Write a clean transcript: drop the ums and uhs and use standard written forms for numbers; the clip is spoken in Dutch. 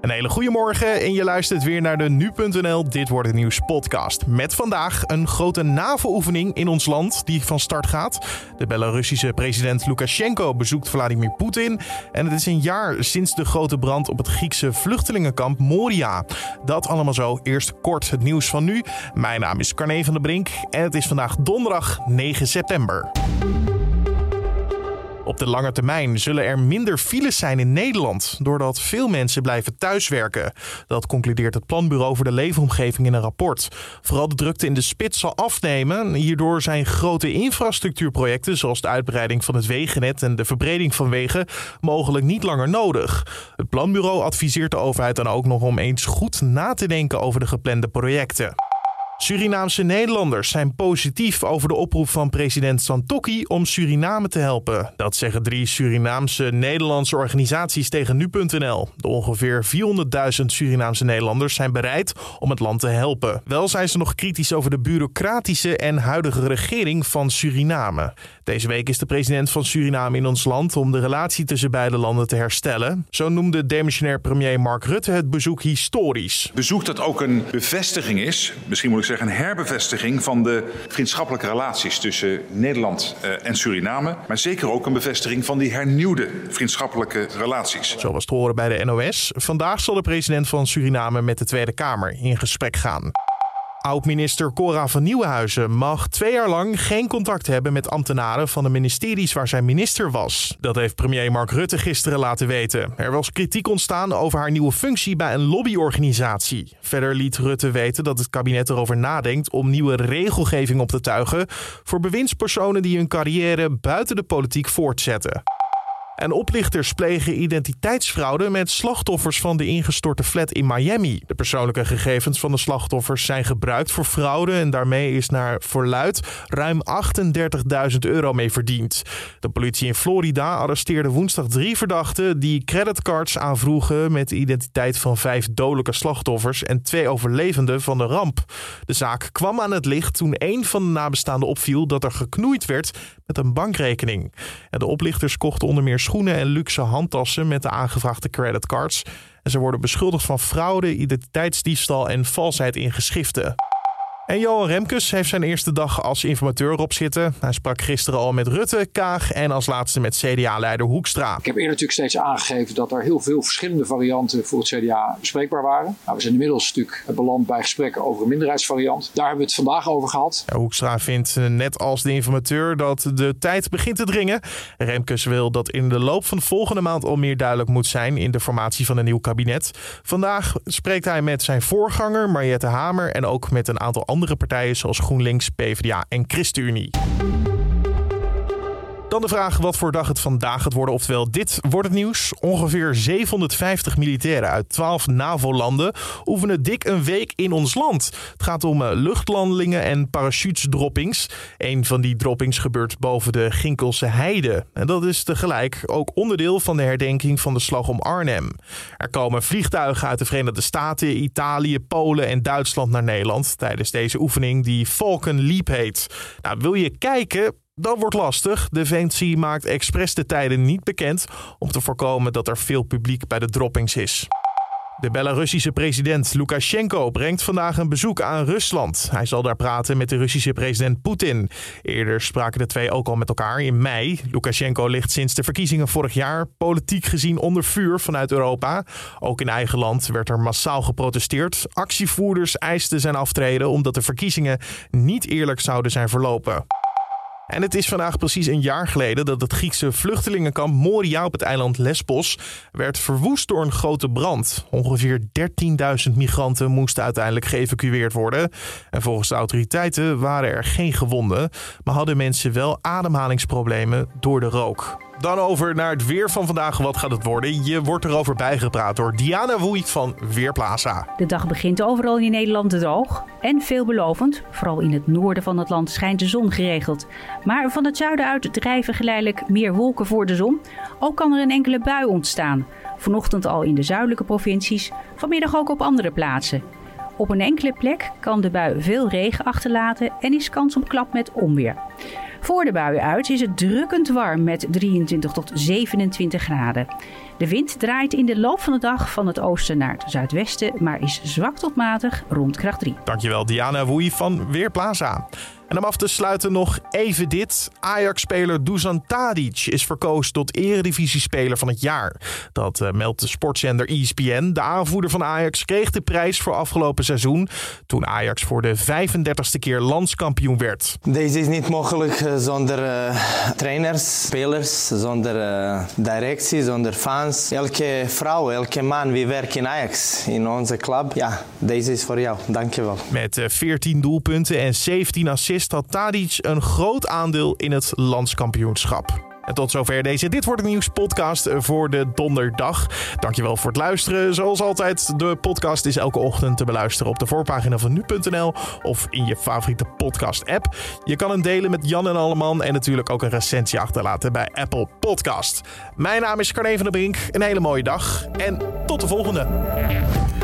Een hele goede morgen en je luistert weer naar de Nu.nl Dit Wordt Het Nieuws podcast. Met vandaag een grote NAVO-oefening in ons land die van start gaat. De Belarussische president Lukashenko bezoekt Vladimir Poetin. En het is een jaar sinds de grote brand op het Griekse vluchtelingenkamp Moria. Dat allemaal zo. Eerst kort het nieuws van nu. Mijn naam is Carne van der Brink en het is vandaag donderdag 9 september. Op de lange termijn zullen er minder files zijn in Nederland, doordat veel mensen blijven thuiswerken. Dat concludeert het Planbureau voor de Leefomgeving in een rapport. Vooral de drukte in de spits zal afnemen. Hierdoor zijn grote infrastructuurprojecten, zoals de uitbreiding van het wegennet en de verbreding van wegen, mogelijk niet langer nodig. Het Planbureau adviseert de overheid dan ook nog om eens goed na te denken over de geplande projecten. Surinaamse Nederlanders zijn positief over de oproep van president Santokki om Suriname te helpen. Dat zeggen 3 Surinaamse Nederlandse organisaties tegen Nu.nl. De ongeveer 400.000 Surinaamse Nederlanders zijn bereid om het land te helpen. Wel zijn ze nog kritisch over de bureaucratische en huidige regering van Suriname. Deze week is de president van Suriname in ons land om de relatie tussen beide landen te herstellen. Zo noemde demissionair premier Mark Rutte het bezoek historisch. Bezoek dat ook een bevestiging is, misschien moet ik zeggen een herbevestiging van de vriendschappelijke relaties tussen Nederland en Suriname. Maar zeker ook een bevestiging van die hernieuwde vriendschappelijke relaties. Zo was te horen bij de NOS. Vandaag zal de president van Suriname met de Tweede Kamer in gesprek gaan. Oud-minister Cora van Nieuwenhuizen mag 2 jaar lang geen contact hebben met ambtenaren van de ministeries waar zij minister was. Dat heeft premier Mark Rutte gisteren laten weten. Er was kritiek ontstaan over haar nieuwe functie bij een lobbyorganisatie. Verder liet Rutte weten dat het kabinet erover nadenkt om nieuwe regelgeving op te tuigen voor bewindspersonen die hun carrière buiten de politiek voortzetten. En oplichters plegen identiteitsfraude met slachtoffers van de ingestorte flat in Miami. De persoonlijke gegevens van de slachtoffers zijn gebruikt voor fraude en daarmee is naar verluidt ruim €38.000 mee verdiend. De politie in Florida arresteerde woensdag 3 verdachten die creditcards aanvroegen met de identiteit van 5 dodelijke slachtoffers en 2 overlevenden van de ramp. De zaak kwam aan het licht toen een van de nabestaanden opviel dat er geknoeid werd met een bankrekening. En de oplichters kochten onder meer schoenen en luxe handtassen met de aangevraagde creditcards. En ze worden beschuldigd van fraude, identiteitsdiefstal en valsheid in geschriften. En Johan Remkes heeft zijn eerste dag als informateur erop zitten. Hij sprak gisteren al met Rutte, Kaag en als laatste met CDA-leider Hoekstra. Ik heb eerder natuurlijk steeds aangegeven dat er heel veel verschillende varianten voor het CDA bespreekbaar waren. We zijn inmiddels natuurlijk beland bij gesprekken over een minderheidsvariant. Daar hebben we het vandaag over gehad. Hoekstra vindt net als de informateur dat de tijd begint te dringen. Remkes wil dat in de loop van de volgende maand al meer duidelijk moet zijn in de formatie van een nieuw kabinet. Vandaag spreekt hij met zijn voorganger Mariette Hamer en ook met een aantal andere partijen zoals GroenLinks, PvdA en ChristenUnie. Dan de vraag wat voor dag het vandaag gaat worden. Oftewel, dit wordt het nieuws. Ongeveer 750 militairen uit 12 NAVO-landen oefenen dik een week in ons land. Het gaat om luchtlandelingen en parachutesdroppings. Een van die droppings gebeurt boven de Ginkelse Heide. En dat is tegelijk ook onderdeel van de herdenking van de slag om Arnhem. Er komen vliegtuigen uit de Verenigde Staten, Italië, Polen en Duitsland naar Nederland tijdens deze oefening die Falcon Leap heet. Nou, wil je kijken? Dat wordt lastig. Defensie maakt expres de tijden niet bekend om te voorkomen dat er veel publiek bij de droppings is. De Belarussische president Lukashenko brengt vandaag een bezoek aan Rusland. Hij zal daar praten met de Russische president Poetin. Eerder spraken de twee ook al met elkaar in mei. Lukashenko ligt sinds de verkiezingen vorig jaar politiek gezien onder vuur vanuit Europa. Ook in eigen land werd er massaal geprotesteerd. Actievoerders eisten zijn aftreden omdat de verkiezingen niet eerlijk zouden zijn verlopen. En het is vandaag precies een jaar geleden dat het Griekse vluchtelingenkamp Moria op het eiland Lesbos werd verwoest door een grote brand. Ongeveer 13.000 migranten moesten uiteindelijk geëvacueerd worden. En volgens de autoriteiten waren er geen gewonden, maar hadden mensen wel ademhalingsproblemen door de rook. Dan over naar het weer van vandaag. Wat gaat het worden? Je wordt erover bijgepraat door Diana Woei van Weerplaza. De dag begint overal in Nederland droog en veelbelovend. Vooral in het noorden van het land schijnt de zon geregeld. Maar van het zuiden uit drijven geleidelijk meer wolken voor de zon. Ook kan er een enkele bui ontstaan. Vanochtend al in de zuidelijke provincies, vanmiddag ook op andere plaatsen. Op een enkele plek kan de bui veel regen achterlaten en is kans op klap met onweer. Voor de buien uit is het drukkend warm met 23 tot 27 graden. De wind draait in de loop van de dag van het oosten naar het zuidwesten, maar is zwak tot matig rond kracht 3. Dankjewel Diana Woei van Weerplaza. En om af te sluiten nog even dit. Ajax-speler Dusan Tadic is verkozen tot Eredivisie-speler van het jaar. Dat meldt de sportzender ESPN. De aanvoerder van Ajax kreeg de prijs voor afgelopen seizoen, toen Ajax voor de 35e keer landskampioen werd. Deze is niet mogelijk zonder trainers, spelers, zonder directie, zonder fans. Elke vrouw, elke man wie werkt in Ajax, in onze club. Ja, deze is voor jou. Dankjewel. Met 14 doelpunten en 17 assists had Tadic een groot aandeel in het landskampioenschap. En tot zover deze Dit Wordt Het Nieuws podcast voor de donderdag. Dankjewel voor het luisteren. Zoals altijd, de podcast is elke ochtend te beluisteren op de voorpagina van nu.nl of in je favoriete podcast app. Je kan hem delen met Jan en Alleman en natuurlijk ook een recensie achterlaten bij Apple Podcast. Mijn naam is Carne van der Brink. Een hele mooie dag en tot de volgende.